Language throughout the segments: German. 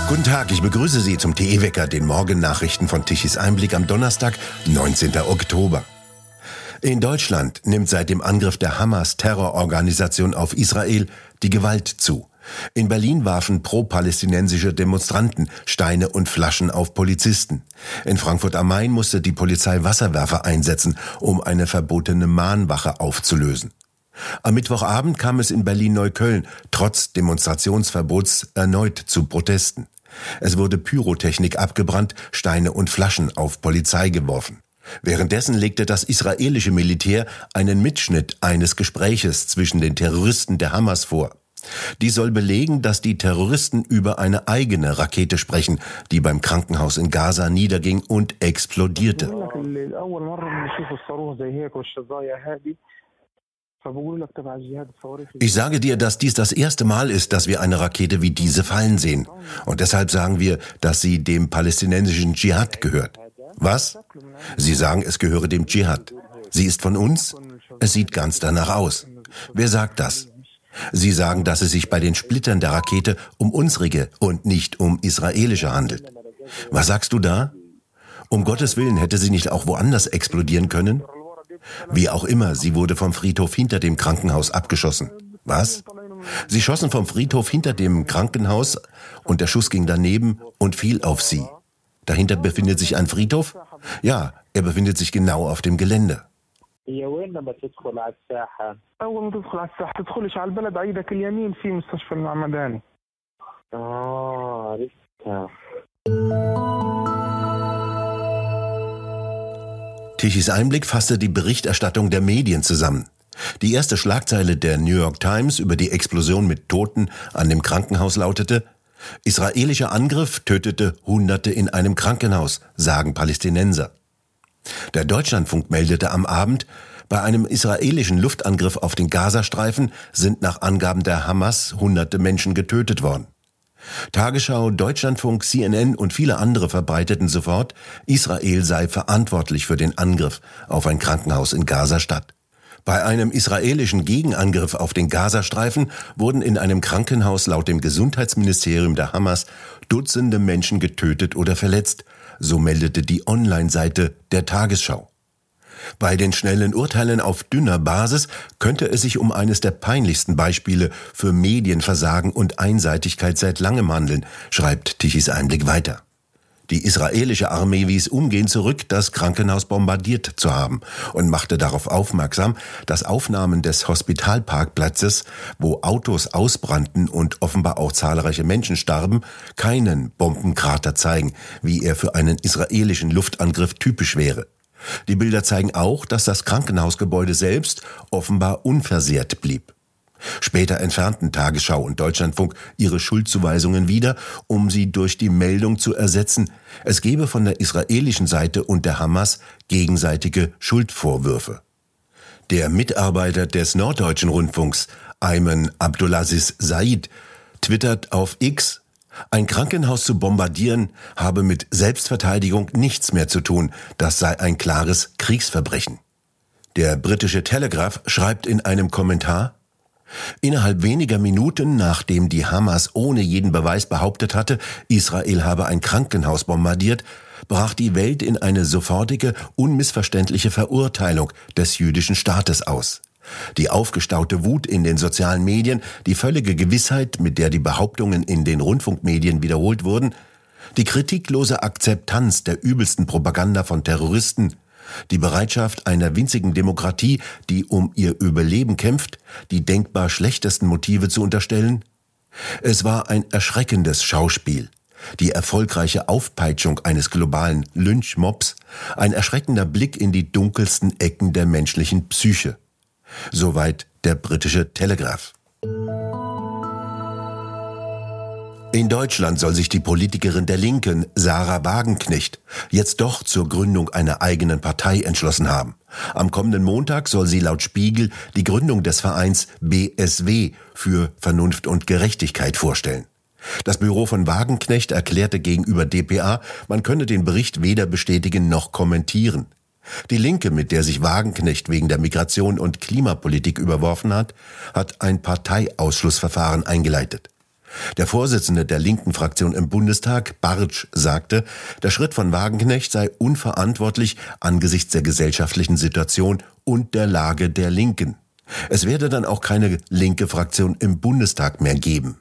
Guten Tag, ich begrüße Sie zum TE-Wecker, den Morgennachrichten von Tichys Einblick am Donnerstag, 19. Oktober. In Deutschland nimmt seit dem Angriff der Hamas-Terrororganisation auf Israel die Gewalt zu. In Berlin warfen pro-palästinensische Demonstranten Steine und Flaschen auf Polizisten. In Frankfurt am Main musste die Polizei Wasserwerfer einsetzen, um eine verbotene Mahnwache aufzulösen. Am Mittwochabend kam es in Berlin-Neukölln trotz Demonstrationsverbots erneut zu Protesten. Es wurde Pyrotechnik abgebrannt, Steine und Flaschen auf Polizei geworfen. Währenddessen legte das israelische Militär einen Mitschnitt eines Gespräches zwischen den Terroristen der Hamas vor. Dies soll belegen, dass die Terroristen über eine eigene Rakete sprechen, die beim Krankenhaus in Gaza niederging und explodierte. Ich sage dir, dass dies das erste Mal ist, dass wir eine Rakete wie diese fallen sehen. Und deshalb sagen wir, dass sie dem palästinensischen Dschihad gehört. Was? Sie sagen, es gehöre dem Dschihad. Sie ist von uns? Es sieht ganz danach aus. Wer sagt das? Sie sagen, dass es sich bei den Splittern der Rakete um unsrige und nicht um israelische handelt. Was sagst du da? Um Gottes Willen, hätte sie nicht auch woanders explodieren können? Wie auch immer, sie wurde vom Friedhof hinter dem Krankenhaus abgeschossen. Was? Sie schossen vom Friedhof hinter dem Krankenhaus und der Schuss ging daneben und fiel auf sie. Dahinter befindet sich ein Friedhof? Ja, er befindet sich genau auf dem Gelände. Tichys Einblick fasste die Berichterstattung der Medien zusammen. Die erste Schlagzeile der New York Times über die Explosion mit Toten an dem Krankenhaus lautete: Israelischer Angriff tötete Hunderte in einem Krankenhaus, sagen Palästinenser. Der Deutschlandfunk meldete am Abend, bei einem israelischen Luftangriff auf den Gazastreifen sind nach Angaben der Hamas Hunderte Menschen getötet worden. Tagesschau, Deutschlandfunk, CNN und viele andere verbreiteten sofort, Israel sei verantwortlich für den Angriff auf ein Krankenhaus in Gaza-Stadt. Bei einem israelischen Gegenangriff auf den Gazastreifen wurden in einem Krankenhaus laut dem Gesundheitsministerium der Hamas Dutzende Menschen getötet oder verletzt, so meldete die Online-Seite der Tagesschau. Bei den schnellen Urteilen auf dünner Basis könnte es sich um eines der peinlichsten Beispiele für Medienversagen und Einseitigkeit seit langem handeln, schreibt Tichys Einblick weiter. Die israelische Armee wies umgehend zurück, das Krankenhaus bombardiert zu haben und machte darauf aufmerksam, dass Aufnahmen des Hospitalparkplatzes, wo Autos ausbrannten und offenbar auch zahlreiche Menschen starben, keinen Bombenkrater zeigen, wie er für einen israelischen Luftangriff typisch wäre. Die Bilder zeigen auch, dass das Krankenhausgebäude selbst offenbar unversehrt blieb. Später entfernten Tagesschau und Deutschlandfunk ihre Schuldzuweisungen wieder, um sie durch die Meldung zu ersetzen, es gebe von der israelischen Seite und der Hamas gegenseitige Schuldvorwürfe. Der Mitarbeiter des Norddeutschen Rundfunks, Ayman Abdulaziz Said, twittert auf X: Ein Krankenhaus zu bombardieren habe mit Selbstverteidigung nichts mehr zu tun, das sei ein klares Kriegsverbrechen. Der britische Telegraph schreibt in einem Kommentar: Innerhalb weniger Minuten, nachdem die Hamas ohne jeden Beweis behauptet hatte, Israel habe ein Krankenhaus bombardiert, brach die Welt in eine sofortige, unmissverständliche Verurteilung des jüdischen Staates aus. Die aufgestaute Wut in den sozialen Medien, die völlige Gewissheit, mit der die Behauptungen in den Rundfunkmedien wiederholt wurden, die kritiklose Akzeptanz der übelsten Propaganda von Terroristen, die Bereitschaft einer winzigen Demokratie, die um ihr Überleben kämpft, die denkbar schlechtesten Motive zu unterstellen? Es war ein erschreckendes Schauspiel. Die erfolgreiche Aufpeitschung eines globalen Lynchmobs, ein erschreckender Blick in die dunkelsten Ecken der menschlichen Psyche. Soweit der britische Telegraph. In Deutschland soll sich die Politikerin der Linken, Sarah Wagenknecht, jetzt doch zur Gründung einer eigenen Partei entschlossen haben. Am kommenden Montag soll sie laut Spiegel die Gründung des Vereins BSW für Vernunft und Gerechtigkeit vorstellen. Das Büro von Wagenknecht erklärte gegenüber dpa, man könne den Bericht weder bestätigen noch kommentieren. Die Linke, mit der sich Wagenknecht wegen der Migration und Klimapolitik überworfen hat, hat ein Parteiausschlussverfahren eingeleitet. Der Vorsitzende der linken Fraktion im Bundestag, Bartsch, sagte, der Schritt von Wagenknecht sei unverantwortlich angesichts der gesellschaftlichen Situation und der Lage der Linken. Es werde dann auch keine linke Fraktion im Bundestag mehr geben.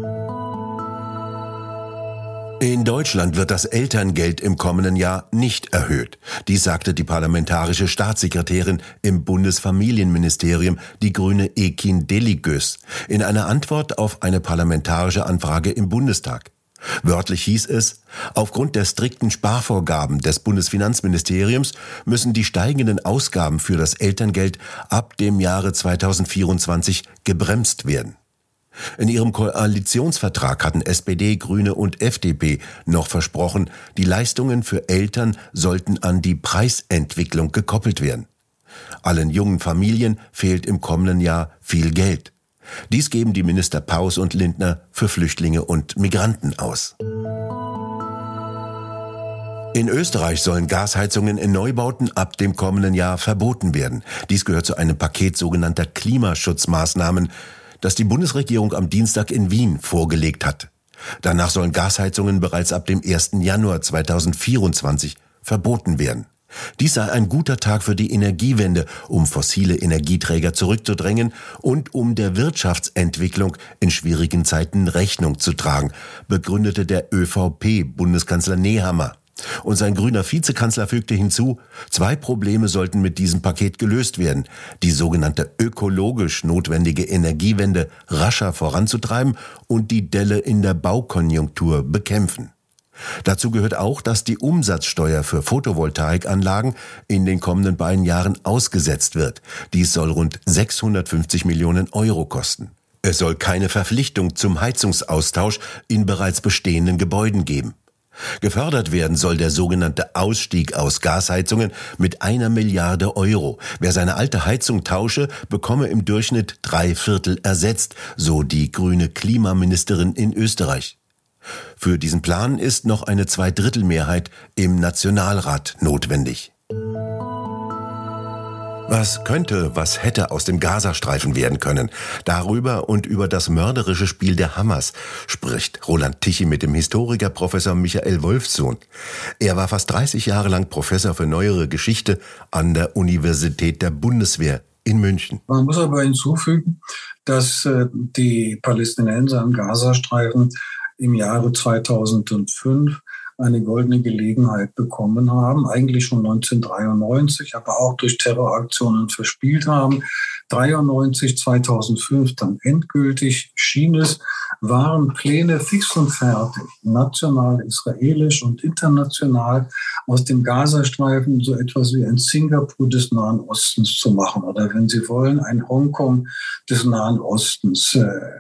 In Deutschland wird das Elterngeld im kommenden Jahr nicht erhöht. Dies sagte die parlamentarische Staatssekretärin im Bundesfamilienministerium, die Grüne Ekin Deligös, in einer Antwort auf eine parlamentarische Anfrage im Bundestag. Wörtlich hieß es, aufgrund der strikten Sparvorgaben des Bundesfinanzministeriums müssen die steigenden Ausgaben für das Elterngeld ab dem Jahre 2024 gebremst werden. In ihrem Koalitionsvertrag hatten SPD, Grüne und FDP noch versprochen, die Leistungen für Eltern sollten an die Preisentwicklung gekoppelt werden. Allen jungen Familien fehlt im kommenden Jahr viel Geld. Dies geben die Minister Paus und Lindner für Flüchtlinge und Migranten aus. In Österreich sollen Gasheizungen in Neubauten ab dem kommenden Jahr verboten werden. Dies gehört zu einem Paket sogenannter Klimaschutzmaßnahmen, das die Bundesregierung am Dienstag in Wien vorgelegt hat. Danach sollen Gasheizungen bereits ab dem 1. Januar 2024 verboten werden. Dies sei ein guter Tag für die Energiewende, um fossile Energieträger zurückzudrängen und um der Wirtschaftsentwicklung in schwierigen Zeiten Rechnung zu tragen, begründete der ÖVP-Bundeskanzler Nehammer. Und sein grüner Vizekanzler fügte hinzu, 2 Probleme sollten mit diesem Paket gelöst werden: die sogenannte ökologisch notwendige Energiewende rascher voranzutreiben und die Delle in der Baukonjunktur bekämpfen. Dazu gehört auch, dass die Umsatzsteuer für Photovoltaikanlagen in den kommenden beiden Jahren ausgesetzt wird. Dies soll rund 650 Millionen Euro kosten. Es soll keine Verpflichtung zum Heizungsaustausch in bereits bestehenden Gebäuden geben. Gefördert werden soll der sogenannte Ausstieg aus Gasheizungen mit 1 Milliarde Euro. Wer seine alte Heizung tausche, bekomme im Durchschnitt 3/4 ersetzt, so die grüne Klimaministerin in Österreich. Für diesen Plan ist noch eine 2/3 im Nationalrat notwendig. Was könnte, was hätte aus dem Gazastreifen werden können? Darüber und über das mörderische Spiel der Hamas spricht Roland Tichy mit dem Historiker Professor Michael Wolfsohn. Er war fast 30 Jahre lang Professor für neuere Geschichte an der Universität der Bundeswehr in München. Man muss aber hinzufügen, dass die Palästinenser im Gazastreifen im Jahre 2005 eine goldene Gelegenheit bekommen haben, eigentlich schon 1993, aber auch durch Terroraktionen verspielt haben. 93, 2005 dann endgültig schien es, waren Pläne fix und fertig, national, israelisch und international, aus dem Gazastreifen so etwas wie ein Singapur des Nahen Ostens zu machen oder, wenn Sie wollen, ein Hongkong des Nahen Ostens.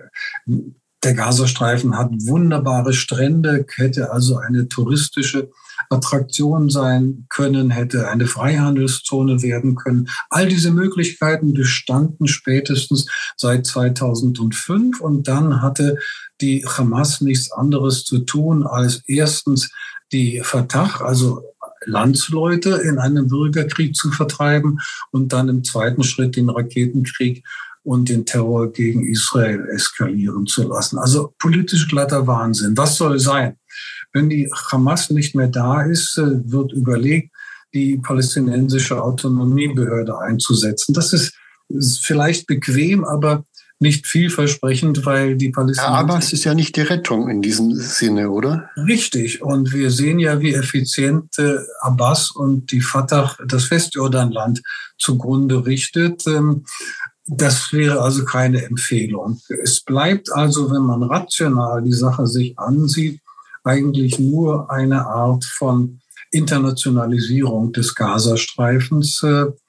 Der Gazastreifen hat wunderbare Strände, hätte also eine touristische Attraktion sein können, hätte eine Freihandelszone werden können. All diese Möglichkeiten bestanden spätestens seit 2005 und dann hatte die Hamas nichts anderes zu tun, als erstens die Fatah, also Landsleute, in einem Bürgerkrieg zu vertreiben und dann im zweiten Schritt den Raketenkrieg und den Terror gegen Israel eskalieren zu lassen. Also politisch glatter Wahnsinn. Was soll sein? Wenn die Hamas nicht mehr da ist, wird überlegt, die palästinensische Autonomiebehörde einzusetzen. Das ist vielleicht bequem, aber nicht vielversprechend, weil die Palästinenser... Ja, Abbas ist ja nicht die Rettung in diesem Sinne, oder? Richtig. Und wir sehen ja, wie effizient Abbas und die Fatah das Westjordanland zugrunde richtet. Das wäre also keine Empfehlung. Es bleibt also, wenn man rational die Sache sich ansieht, eigentlich nur eine Art von Internationalisierung des Gazastreifens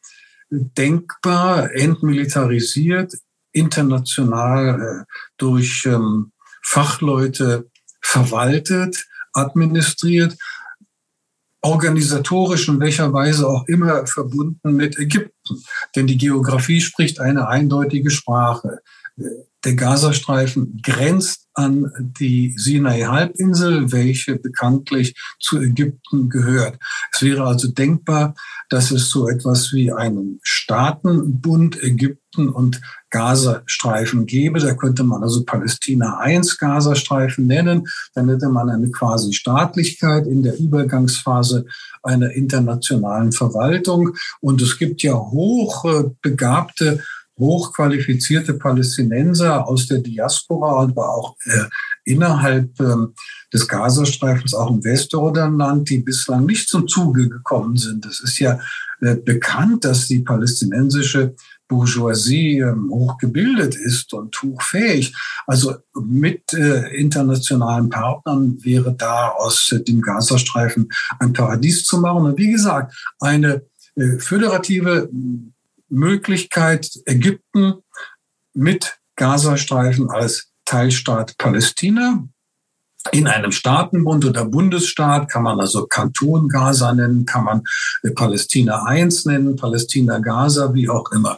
denkbar, entmilitarisiert, international durch Fachleute verwaltet, administriert, organisatorisch in welcher Weise auch immer verbunden mit Ägypten. Denn die Geografie spricht eine eindeutige Sprache. Der Gazastreifen grenzt an die Sinai-Halbinsel, welche bekanntlich zu Ägypten gehört. Es wäre also denkbar, dass es so etwas wie einen Staatenbund Ägypten und Gazastreifen gäbe. Da könnte man also Palästina I Gazastreifen nennen. Dann hätte man eine quasi Staatlichkeit in der Übergangsphase einer internationalen Verwaltung. Und es gibt ja hochbegabte, hochqualifizierte Palästinenser aus der Diaspora, aber auch innerhalb des Gazastreifens, auch im Westjordanland, die bislang nicht zum Zuge gekommen sind. Es ist ja bekannt, dass die palästinensische Bourgeoisie hochgebildet ist und hochfähig. Also mit internationalen Partnern wäre da aus dem Gazastreifen ein Paradies zu machen. Und wie gesagt, eine föderative Möglichkeit, Ägypten mit Gazastreifen als Teilstaat Palästina. In einem Staatenbund oder Bundesstaat kann man also Kanton Gaza nennen, kann man Palästina I nennen, Palästina Gaza, wie auch immer.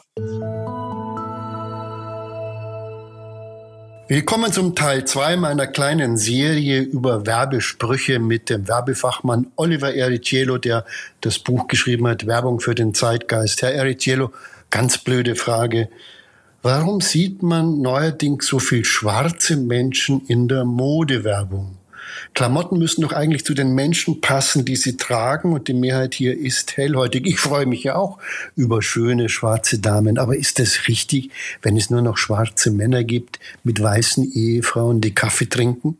Willkommen zum Teil 2 meiner kleinen Serie über Werbesprüche mit dem Werbefachmann Oliver Ericiello, der das Buch geschrieben hat, Werbung für den Zeitgeist. Herr Ericiello, ganz blöde Frage. Warum sieht man neuerdings so viel schwarze Menschen in der Modewerbung? Klamotten müssen doch eigentlich zu den Menschen passen, die sie tragen, und die Mehrheit hier ist hellhäutig. Ich freue mich ja auch über schöne schwarze Damen, aber ist das richtig, wenn es nur noch schwarze Männer gibt mit weißen Ehefrauen, die Kaffee trinken?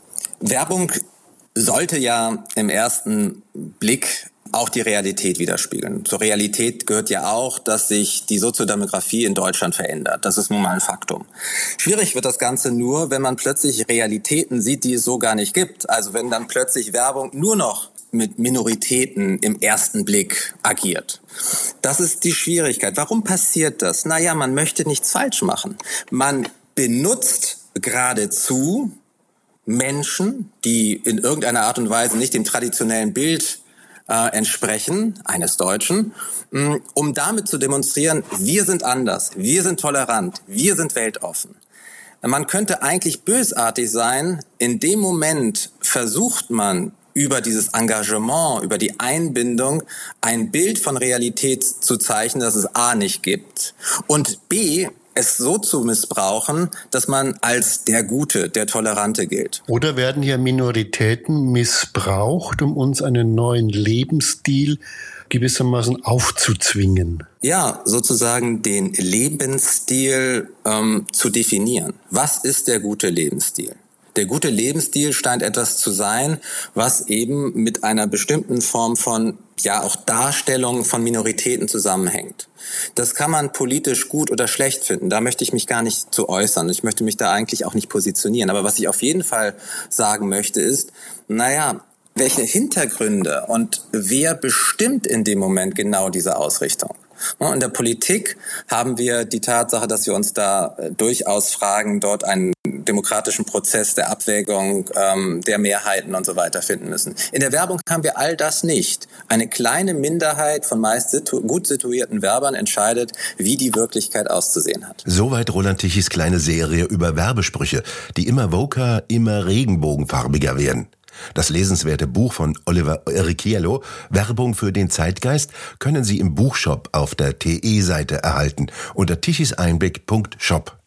Werbung sollte ja im ersten Blick auch die Realität widerspiegeln. Zur Realität gehört ja auch, dass sich die Soziodemografie in Deutschland verändert. Das ist nun mal ein Faktum. Schwierig wird das Ganze nur, wenn man plötzlich Realitäten sieht, die es so gar nicht gibt. Also wenn dann plötzlich Werbung nur noch mit Minoritäten im ersten Blick agiert. Das ist die Schwierigkeit. Warum passiert das? Naja, man möchte nichts falsch machen. Man benutzt geradezu Menschen, die in irgendeiner Art und Weise nicht dem traditionellen Bild entsprechen, eines Deutschen, um damit zu demonstrieren, wir sind anders, wir sind tolerant, wir sind weltoffen. Man könnte eigentlich bösartig sein, in dem Moment versucht man über dieses Engagement, über die Einbindung ein Bild von Realität zu zeichnen, das es A nicht gibt und B es so zu missbrauchen, dass man als der Gute, der Tolerante gilt. Oder werden hier Minoritäten missbraucht, um uns einen neuen Lebensstil gewissermaßen aufzuzwingen? Ja, sozusagen den Lebensstil zu definieren. Was ist der gute Lebensstil? Der gute Lebensstil scheint etwas zu sein, was eben mit einer bestimmten Form von, ja, auch Darstellung von Minoritäten zusammenhängt. Das kann man politisch gut oder schlecht finden. Da möchte ich mich gar nicht zu äußern. Ich möchte mich da eigentlich auch nicht positionieren. Aber was ich auf jeden Fall sagen möchte ist, naja, welche Hintergründe und wer bestimmt in dem Moment genau diese Ausrichtung? In der Politik haben wir die Tatsache, dass wir uns da durchaus fragen, dort einen demokratischen Prozess der Abwägung der Mehrheiten und so weiter finden müssen. In der Werbung haben wir all das nicht. Eine kleine Minderheit von meist gut situierten Werbern entscheidet, wie die Wirklichkeit auszusehen hat. Soweit Roland Tichys kleine Serie über Werbesprüche, die immer woker, immer regenbogenfarbiger werden. Das lesenswerte Buch von Oliver Ericiello, Werbung für den Zeitgeist, können Sie im Buchshop auf der TE-Seite erhalten unter tichiseinblick.shop.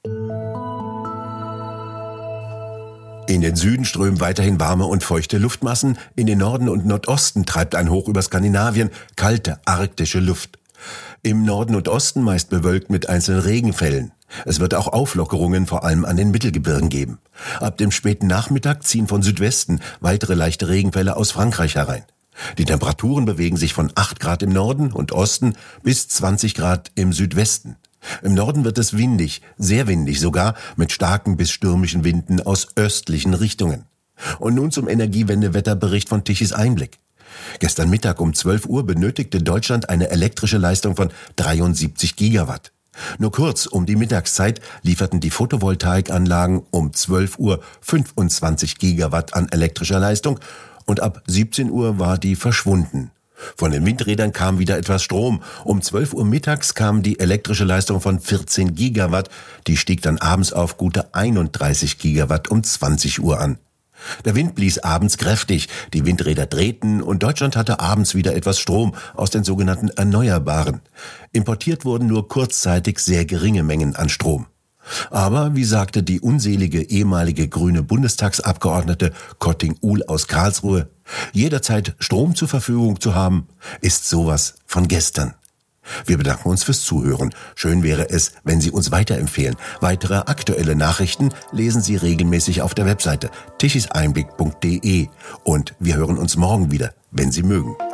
In den Süden strömen weiterhin warme und feuchte Luftmassen, in den Norden und Nordosten treibt ein Hoch über Skandinavien kalte arktische Luft. Im Norden und Osten meist bewölkt mit einzelnen Regenfällen. Es wird auch Auflockerungen vor allem an den Mittelgebirgen geben. Ab dem späten Nachmittag ziehen von Südwesten weitere leichte Regenfälle aus Frankreich herein. Die Temperaturen bewegen sich von 8 Grad im Norden und Osten bis 20 Grad im Südwesten. Im Norden wird es windig, sehr windig sogar, mit starken bis stürmischen Winden aus östlichen Richtungen. Und nun zum Energiewendewetterbericht von Tichys Einblick. Gestern Mittag um 12 Uhr benötigte Deutschland eine elektrische Leistung von 73 Gigawatt. Nur kurz um die Mittagszeit lieferten die Photovoltaikanlagen um 12 Uhr 25 Gigawatt an elektrischer Leistung und ab 17 Uhr war die verschwunden. Von den Windrädern kam wieder etwas Strom. Um 12 Uhr mittags kam die elektrische Leistung von 14 Gigawatt. Die stieg dann abends auf gute 31 Gigawatt um 20 Uhr an. Der Wind blies abends kräftig, die Windräder drehten und Deutschland hatte abends wieder etwas Strom aus den sogenannten Erneuerbaren. Importiert wurden nur kurzzeitig sehr geringe Mengen an Strom. Aber, wie sagte die unselige ehemalige grüne Bundestagsabgeordnete Kotting-Uhl aus Karlsruhe, jederzeit Strom zur Verfügung zu haben, ist sowas von gestern. Wir bedanken uns fürs Zuhören. Schön wäre es, wenn Sie uns weiterempfehlen. Weitere aktuelle Nachrichten lesen Sie regelmäßig auf der Webseite tichiseinblick.de. Und wir hören uns morgen wieder, wenn Sie mögen.